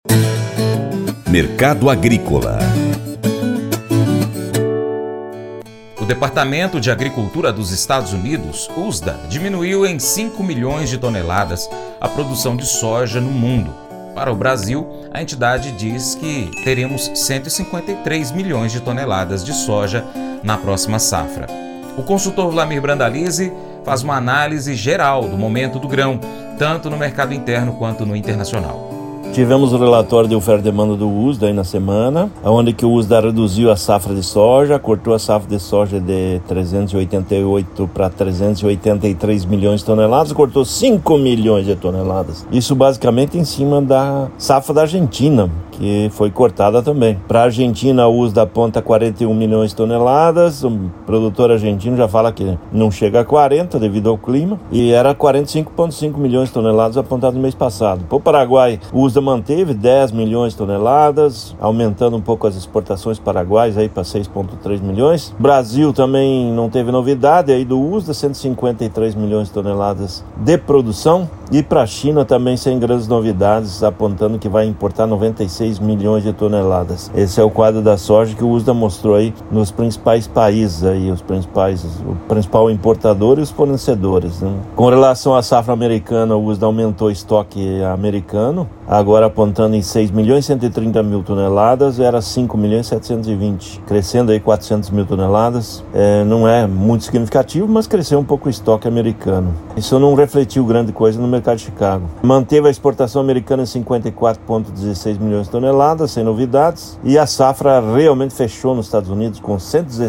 Mercado Agrícola. O Departamento de Agricultura dos Estados Unidos, USDA, diminuiu em 5 milhões de toneladas a produção de soja no mundo. Para o Brasil, a entidade diz que teremos 153 milhões de toneladas de soja na próxima safra. O consultor Vlamir Brandalize faz uma análise geral do momento do grão, tanto no mercado interno quanto no internacional. Tivemos o relatório de oferta e demanda do USDA aí na semana, onde que o USDA reduziu a safra de soja, cortou a safra de soja de 388 para 383 milhões de toneladas, cortou 5 milhões de toneladas. Isso basicamente em cima da safra da Argentina, que foi cortada também. Para a Argentina, a USDA aponta 41 milhões de toneladas, o produtor argentino já fala que não chega a 40 devido ao clima, e era 45,5 milhões de toneladas apontado no mês passado. Para o Paraguai, o USDA manteve 10 milhões de toneladas, aumentando um pouco as exportações paraguaias aí para 6,3 milhões. Brasil também não teve novidade aí do USDA, 153 milhões de toneladas de produção. E para a China também sem grandes novidades, apontando que vai importar 96 milhões de toneladas. Esse é o quadro da soja que o USDA mostrou aí nos principais países, aí, o principal importador e os fornecedores, né? Com relação à safra americana, o USDA aumentou o estoque americano, agora apontando em 6 milhões e 130 mil toneladas, era 5 milhões e 720, crescendo aí 400 mil toneladas. Não é muito significativo, mas cresceu um pouco o estoque americano. Isso não refletiu grande coisa no mercado de Chicago. Manteve a exportação americana em 54,16 milhões de toneladas, sem novidades, e a safra realmente fechou nos Estados Unidos com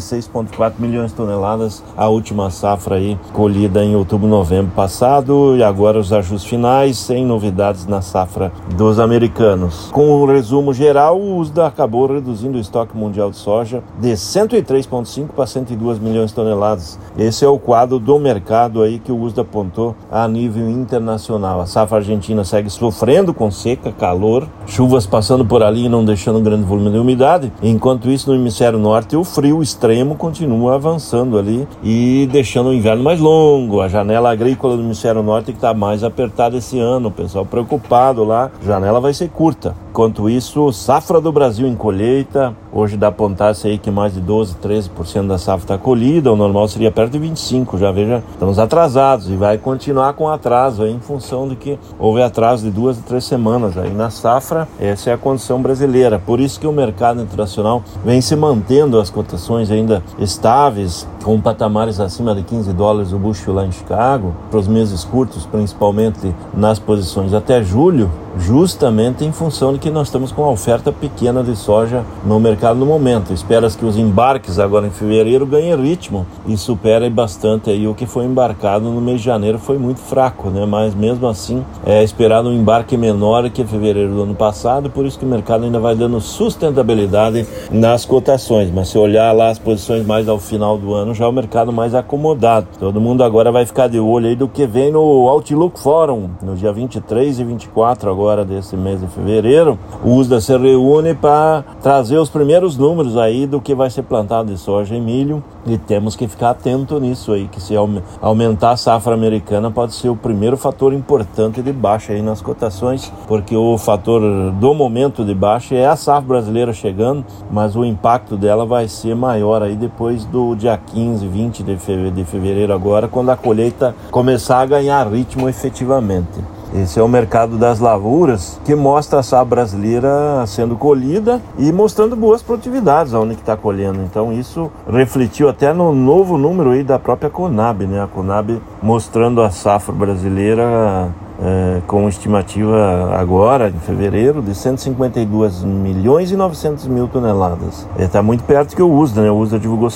116,4 milhões de toneladas, a última safra aí colhida em outubro, novembro passado, e agora os ajustes finais, sem novidades na safra dos americanos. Com o resumo geral, o USDA acabou reduzindo o estoque mundial de soja de 103,5 para 102 milhões de toneladas. Esse é o quadro do mercado aí que o USDA apontou a nível internacional. A safra argentina segue sofrendo com seca, calor, chuvas passando por ali e não deixando um grande volume de umidade. Enquanto isso, no hemisfério norte, o frio extremo continua avançando ali e deixando o inverno mais longo. A janela agrícola do hemisfério norte que está mais apertada esse ano, o pessoal preocupado lá, a janela vai ser curta. Enquanto isso, safra do Brasil em colheita, hoje dá apontar-se aí que mais de 12, 13% da safra está colhida, o normal seria perto de 25%, já veja, estamos atrasados e vai continuar com atraso aí em função de que houve atraso de 2 a 3 semanas aí na safra. Essa é a condição brasileira, por isso que o mercado internacional vem se mantendo as cotações ainda estáveis, com patamares acima de $15 o bushel lá em Chicago, para os meses curtos, principalmente nas posições até julho, justamente em função de que nós estamos com uma oferta pequena de soja no mercado no momento. Espera-se que os embarques agora em fevereiro ganhem ritmo e superem bastante aí o que foi embarcado no mês de janeiro, foi muito fraco, né? Mas mesmo assim é esperado um embarque menor que fevereiro do ano passado, por isso que o mercado ainda vai dando sustentabilidade nas cotações. Mas se olhar lá as posições mais ao final do ano, já o mercado mais acomodado. Todo mundo agora vai ficar de olho aí do que vem no Outlook Forum, no dia 23 e 24 agora desse mês de fevereiro. O USDA se reúne para trazer os primeiros números aí do que vai ser plantado de soja e milho, e temos que ficar atento nisso aí, que se aumentar a safra americana pode ser o primeiro fator importante de baixa aí nas cotações, porque o fator do momento de baixa é a safra brasileira chegando, mas o impacto dela vai ser maior aí depois do dia 15, 20 de fevereiro agora, quando a colheita começar a ganhar ritmo efetivamente. Esse é o mercado das lavouras, que mostra a safra brasileira sendo colhida e mostrando boas produtividades onde que está colhendo. Então isso refletiu até no novo número aí da própria Conab, né? A Conab mostrando a safra brasileira com estimativa agora, em fevereiro, de 152 milhões e 900 mil toneladas. Está muito perto que o USDA, né? O USDA divulgou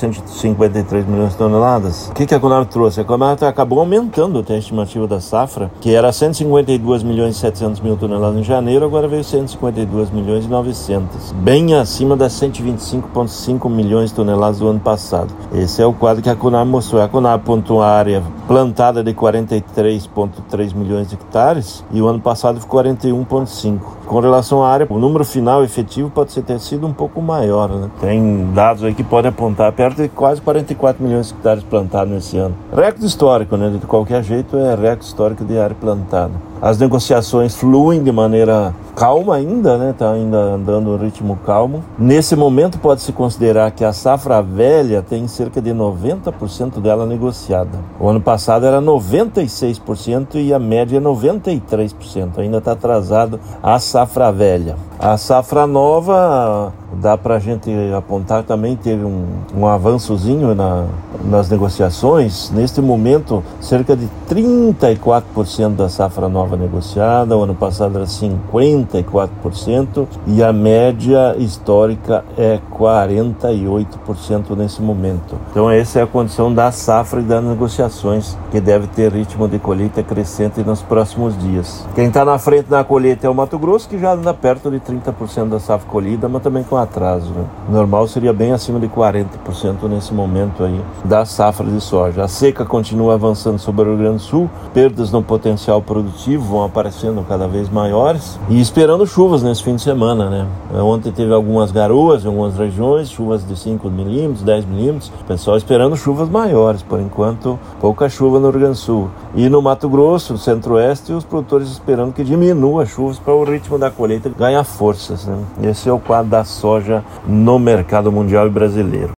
153 milhões de toneladas. O que a Conab trouxe? A Conab acabou aumentando até a estimativa da safra, que era 152 milhões e 700 mil toneladas em janeiro, agora veio 152 milhões e 900, bem acima das 125,5 milhões de toneladas do ano passado. Esse é o quadro que a Conab mostrou. A Conab apontou a área plantada de 43,3 milhões de hectares, e o ano passado foi 41,5. com relação à área, o número final efetivo pode ter sido um pouco maior, né? Tem dados aí que podem apontar perto de quase 44 milhões de hectares plantados nesse ano. Recorde histórico, né? De qualquer jeito é recorde histórico de área plantada. As negociações fluem de maneira calma ainda, né? Está ainda andando no ritmo calmo. Nesse momento pode-se considerar que a safra velha tem cerca de 90% dela negociada. O ano passado era 96% e a média é 93%. Ainda está atrasado a safra velha. A safra nova, dá para a gente apontar, também teve um avançozinho nas negociações. Neste momento, cerca de 34% da safra nova negociada. O ano passado era 54% e a média histórica é 48% nesse momento. Então essa é a condição da safra e das negociações, que deve ter ritmo de colheita crescente nos próximos dias. Quem está na frente na colheita é o Mato Grosso, que já anda perto de 30% da safra colhida, mas também com atraso, né? Normal seria bem acima de 40% nesse momento aí da safra de soja. A seca continua avançando sobre o Rio Grande do Sul, perdas no potencial produtivo vão aparecendo cada vez maiores e esperando chuvas nesse fim de semana, né? Ontem teve algumas garoas em algumas regiões, chuvas de 5 milímetros, 10 milímetros, o pessoal esperando chuvas maiores. Por enquanto, pouca chuva no Rio Grande do Sul. E no Mato Grosso, no Centro-Oeste, os produtores esperando que diminua as chuvas para o ritmo da colheita ganhar forças, né? Esse é o quadro da soja no mercado mundial e brasileiro.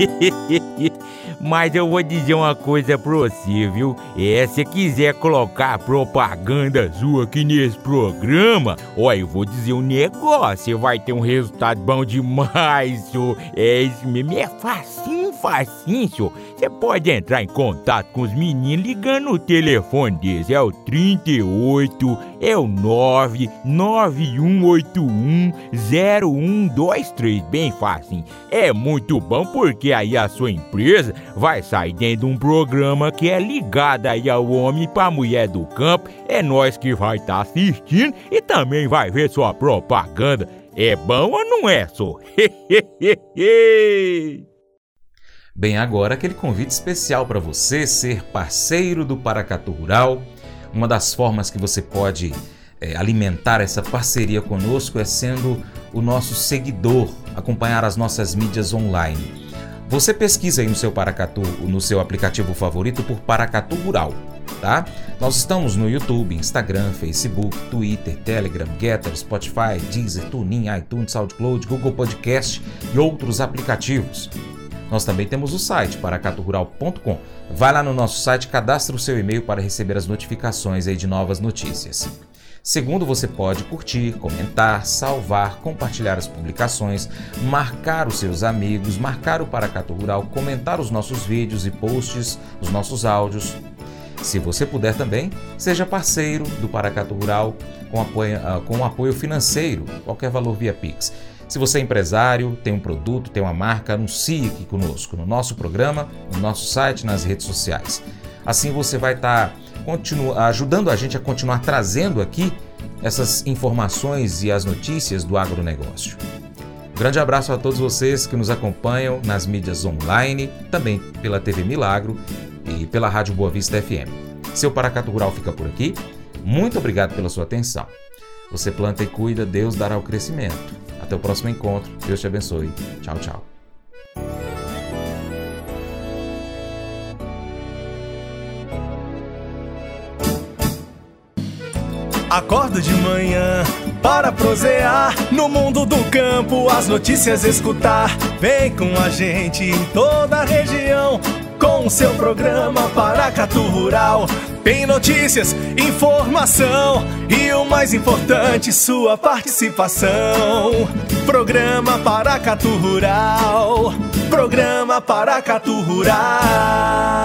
Mas eu vou dizer uma coisa pra você, viu? Se quiser colocar propaganda sua aqui nesse programa, eu vou dizer um negócio, você vai ter um resultado bom demais, senhor. Isso mesmo, é facinho, senhor. Você pode entrar em contato com os meninos ligando o telefone deles, é o 38, é o 991810123, bem facinho. É muito bom porque aí a sua empresa vai sair dentro de um programa que é ligado aí ao homem pra mulher do campo. É nós que vai estar assistindo e também vai ver sua propaganda. É bom ou não é, só? Bem, agora aquele convite especial para você ser parceiro do Paracatu Rural. Uma das formas que você pode alimentar essa parceria conosco é sendo o nosso seguidor, acompanhar as nossas mídias online. Você pesquisa aí no seu Paracatu, no seu aplicativo favorito por Paracatu Rural, tá? Nós estamos no YouTube, Instagram, Facebook, Twitter, Telegram, Getter, Spotify, Deezer, TuneIn, iTunes, SoundCloud, Google Podcast e outros aplicativos. Nós também temos o site paracaturural.com. Vai lá no nosso site, cadastre o seu e-mail para receber as notificações aí de novas notícias. Segundo, você pode curtir, comentar, salvar, compartilhar as publicações, marcar os seus amigos, marcar o Paracatu Rural, comentar os nossos vídeos e posts, os nossos áudios. Se você puder também, seja parceiro do Paracatu Rural com apoio financeiro, qualquer valor via Pix. Se você é empresário, tem um produto, tem uma marca, anuncie aqui conosco, no nosso programa, no nosso site, nas redes sociais. Assim você vai estar ajudando a gente a continuar trazendo aqui essas informações e as notícias do agronegócio. Um grande abraço a todos vocês que nos acompanham nas mídias online, também pela TV Milagro e pela Rádio Boa Vista FM. Seu Paracatu Rural fica por aqui. Muito obrigado pela sua atenção. Você planta e cuida, Deus dará o crescimento. Até o próximo encontro. Deus te abençoe. Tchau, tchau. Acordo de manhã para prosear no mundo do campo, as notícias escutar. Vem com a gente em toda a região com o seu programa Paracatu Rural. Tem notícias, informação e o mais importante, sua participação. Programa Paracatu Rural. Programa Paracatu Rural.